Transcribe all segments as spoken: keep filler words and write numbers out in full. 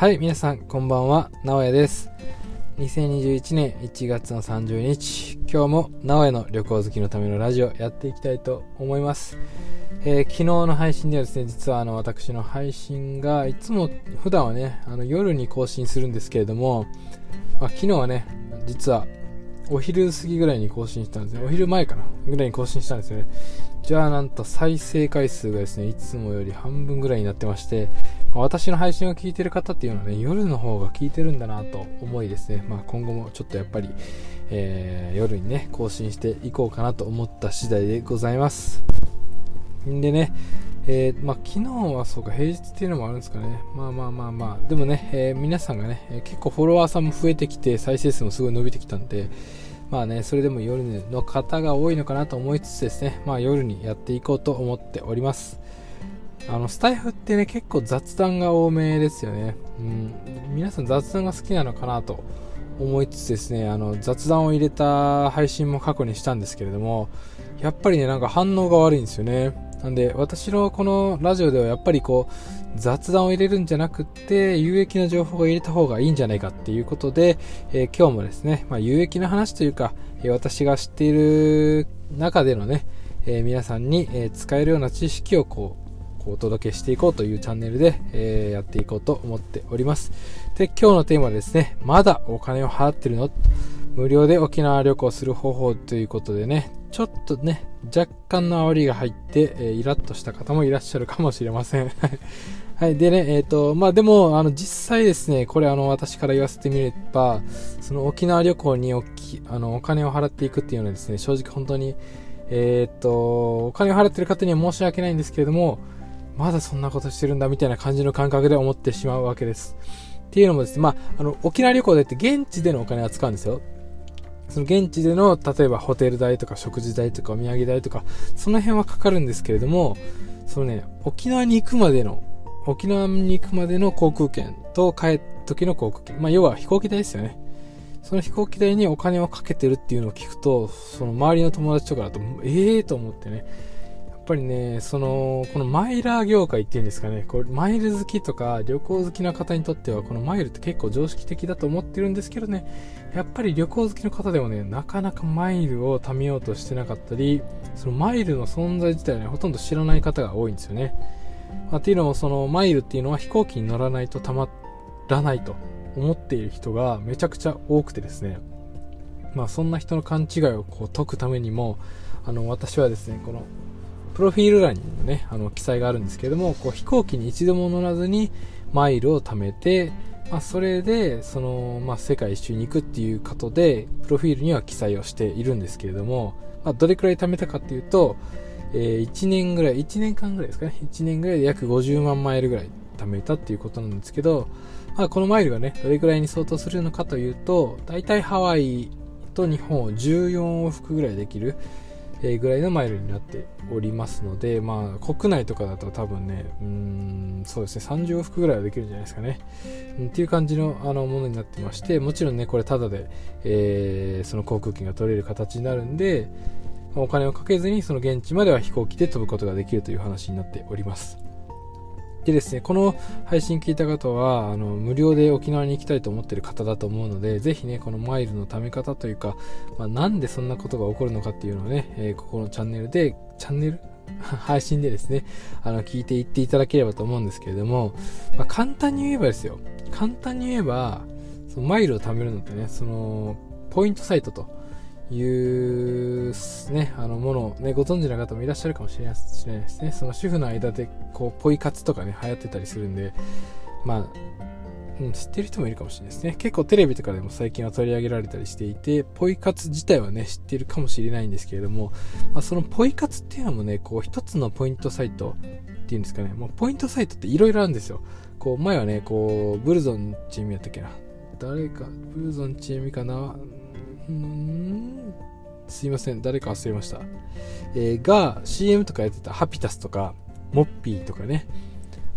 はい、皆さんこんばんは、直哉です。にせんにじゅういちねんいちがつのさんじゅうにち、今日も直哉の旅行好きのためのラジオやっていきたいと思います。えー、昨日の配信ではですね、実はあの私の配信がいつも普段はね、あの夜に更新するんですけれども、まあ、昨日はね、実はお昼過ぎぐらいに更新したんですね。お昼前かなぐらいに更新したんですよね。じゃあなんと再生回数がですね、いつもより半分ぐらいになってまして、まあ、私の配信を聞いてる方っていうのはね、夜の方が聞いてるんだなと思いですね、まあ、今後もちょっとやっぱり、えー、夜にね更新していこうかなと思った次第でございます。でね、えー、まあ昨日はそうか平日っていうのもあるんですかね。まあまあまあまあでもね、えー、皆さんがね、えー、結構フォロワーさんも増えてきて再生数もすごい伸びてきたんで、まあね、それでも夜の方が多いのかなと思いつつですね、まあ夜にやっていこうと思っております。あのスタイフってね、結構雑談が多めですよね。うん、皆さん雑談が好きなのかなと思いつつですね、あの雑談を入れた配信も過去にしたんですけれども、やっぱりね、なんか反応が悪いんですよね。なんで私のこのラジオではやっぱりこう雑談を入れるんじゃなくって有益な情報を入れた方がいいんじゃないかっていうことで、えー、今日もですね、まあ、有益な話というか、えー、私が知っている中でのね、えー、皆さんに、えー、使えるような知識をこうお届けしていこうというチャンネルで、えー、やっていこうと思っております。で、今日のテーマはですね、まだお金を払ってるの？無料で沖縄旅行する方法ということでね、ちょっとね、若干の煽りが入って、えー、イラッとした方もいらっしゃるかもしれません。はい。でね、えっと、まあ、でも、あの、実際ですね、これあの、私から言わせてみれば、その沖縄旅行におき、あの、お金を払っていくっていうのはですね、正直本当に、えっと、お金を払ってる方には申し訳ないんですけれども、まだそんなことしてるんだみたいな感じの感覚で思ってしまうわけです。っていうのもですね、まあ、あの、沖縄旅行でって現地でのお金は使うんですよ。その現地での、例えばホテル代とか食事代とかお土産代とか、その辺はかかるんですけれども、そのね、沖縄に行くまでの、沖縄に行くまでの航空券と帰る時の航空券。まあ、要は飛行機代ですよね。その飛行機代にお金をかけてるっていうのを聞くと、その周りの友達とかだと、ええーと思ってね、やっぱりね、その、このマイラー業界っていうんですかね、これマイル好きとか旅行好きな方にとっては、このマイルって結構常識的だと思ってるんですけどね、やっぱり旅行好きの方でもね、なかなかマイルを貯めようとしてなかったり、そのマイルの存在自体はね、ほとんど知らない方が多いんですよね。まあ、っていうのも、そのマイルっていうのは飛行機に乗らないとたまらないと思っている人がめちゃくちゃ多くてですね、まあそんな人の勘違いをこう解くためにも、あの、私はですね、この、プロフィール欄にもね、あの、記載があるんですけれども、こう、飛行機に一度も乗らずに、マイルを貯めて、まあ、それで、その、まあ、世界一周に行くっていうことで、プロフィールには記載をしているんですけれども、まあ、どれくらい貯めたかっていうと、えー、いちねんぐらい、いちねんかんぐらいですかね、いちねんぐらいで約ごじゅうまんマイルぐらい貯めたっていうことなんですけど、まあ、このマイルがね、どれくらいに相当するのかというと、だいたいハワイと日本をじゅうよんおうふくぐらいできる、えー、ぐらいのマイルになっておりますので、まあ国内とかだと多分ね、うーん、そうですね、さんじゅうおうふくぐらいはできるんじゃないですかね、うん、っていう感じのあのものになってまして、もちろんねこれタダで、えー、その航空券が取れる形になるんで、お金をかけずにその現地までは飛行機で飛ぶことができるという話になっております。でですね、この配信聞いた方はあの無料で沖縄に行きたいと思っている方だと思うので、ぜひねこのマイルの貯め方というか、まあ、なんでそんなことが起こるのかっていうのをね、えー、ここのチャンネルでチャンネル配信でですね、あの聞いていっていただければと思うんですけれども、まあ、簡単に言えばですよ、簡単に言えばそのマイルを貯めるのってね、そのポイントサイトというね、あのものをね、ご存知の方もいらっしゃるかもしれないですね。その主婦の間でこうポイ活とかね流行ってたりするんで、まあ、うん、知ってる人もいるかもしれないですね。結構テレビとかでも最近は取り上げられたりしていて、ポイ活自体はね知ってるかもしれないんですけれども、まあ、そのポイ活っていうのもね、こう一つのポイントサイトっていうんですかね、もうポイントサイトっていろいろあるんですよ。こう前はね、こうブルゾンチームやったっけな、誰かブルゾンチームかな。うーんすいません、誰か忘れました、えー、が シーエム とかやってたハピタスとかモッピーとかね、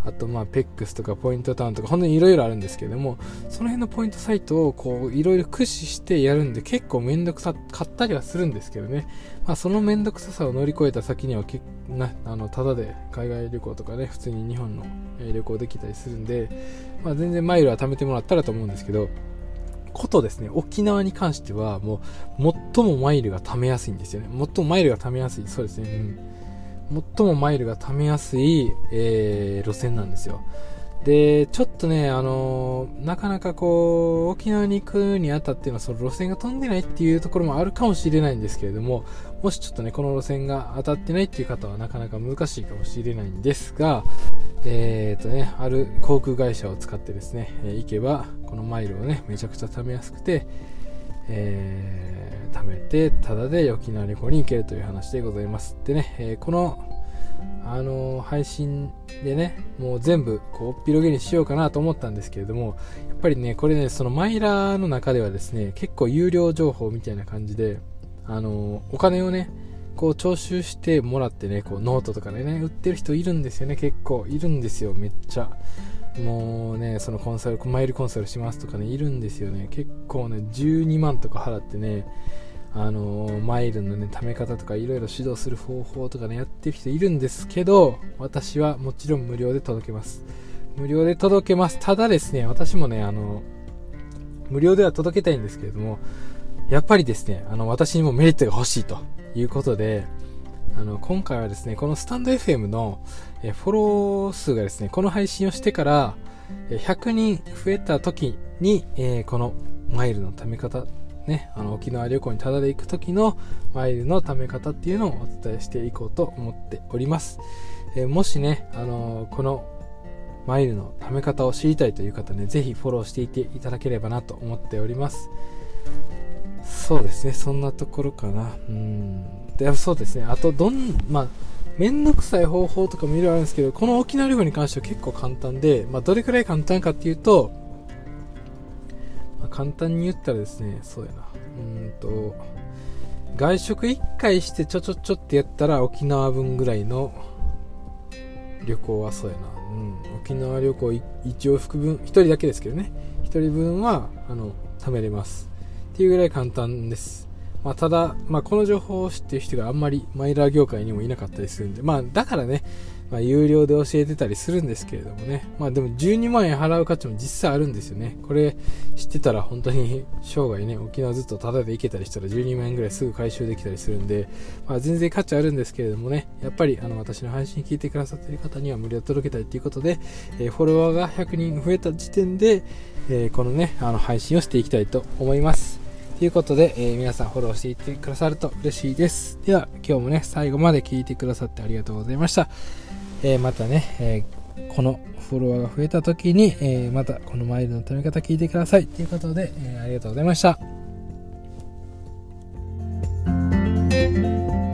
あとまあペックスとかポイントタウンとか本当にいろいろあるんですけれども、その辺のポイントサイトをこういろいろ駆使してやるんで結構めんどくさかったりはするんですけどね、まあ、そのめんどくささを乗り越えた先にはけなあのただで海外旅行とかね、普通に日本の旅行できたりするんで、まあ、全然マイルは貯めてもらったらと思うんですけど、ことですね、沖縄に関してはもう最もマイルが貯めやすいんですよね。最もマイルが貯めやすい、そうですね、うん、最もマイルが貯めやすい、えー、路線なんですよ。でちょっとね、あのー、なかなかこう沖縄に行くにあたってのその路線が飛んでないっていうところもあるかもしれないんですけれども、もしちょっとねこの路線が当たってないっていう方はなかなか難しいかもしれないんですが、えーとね、ある航空会社を使ってですね、えー、行けばこのマイルをねめちゃくちゃ貯めやすくて、えー、貯めてただで沖縄旅行に行けるという話でございます。でね、えー、このあのー、配信でねもう全部こうおっぴろげにしようかなと思ったんですけれども、やっぱりねこれねそのマイラーの中ではですね結構有料情報みたいな感じで、あのー、お金をねこう徴収してもらってね、こうノートとかでね売ってる人いるんですよね。結構いるんですよ、めっちゃ。もうねそのコンサルマイルコンサルしますとかねいるんですよね。結構ねじゅうにまんとか払ってね、あのー、マイルのね貯め方とかいろいろ指導する方法とかねやってる人いるんですけど、私はもちろん無料で届けます。無料で届けます。ただですね、私もねあの無料では届けたいんですけれども、やっぱりですねあの私にもメリットが欲しいということで、あの今回はですねこのスタンド エフエム のえフォロー数がですねこの配信をしてからひゃくにん増えた時に、えー、このマイルの貯め方ね、あの沖縄旅行にタダで行く時のマイルの貯め方っていうのをお伝えしていこうと思っております。えー、もしね、あのー、このマイルの貯め方を知りたいという方ね、ぜひフォローしていていただければなと思っております。そうですね、そんなところかな。うん。で、そうですね、あとどん、まあ、めんどくさい方法とかもいろいろあるんですけど、この沖縄旅行に関しては結構簡単で、まあ、どれくらい簡単かっていうと、まあ、簡単に言ったらですね、そうやな、うーんと外食いっかいしてちょちょちょってやったら沖縄分ぐらいの旅行はそうやな、うん、沖縄旅行いち往復分、ひとりだけですけどね、ひとりぶんはあの貯めれますっていうぐらい簡単です。まあ、ただ、まあ、この情報を知っている人があんまりマイラー業界にもいなかったりするんで、まあ、だからね、まあ、有料で教えてたりするんですけれどもね、まあ、でもじゅうにまんえん払う価値も実際あるんですよね。これ知ってたら本当に生涯ね沖縄ずっとタダで行けたりしたらじゅうにまんえんぐらいすぐ回収できたりするんで、まあ、全然価値あるんですけれどもね、やっぱりあの私の配信聞いてくださっている方には無料で届けたいということで、えー、フォロワーがひゃくにん増えた時点で、えー、このねあの配信をしていきたいと思います。ということで、えー、皆さんフォローしていってくださると嬉しいです。では今日もね最後まで聞いてくださってありがとうございました。えー、またね、えー、このフォロワーが増えた時に、えー、またこのマイルの貯め方聞いてくださいということで、えー、ありがとうございました。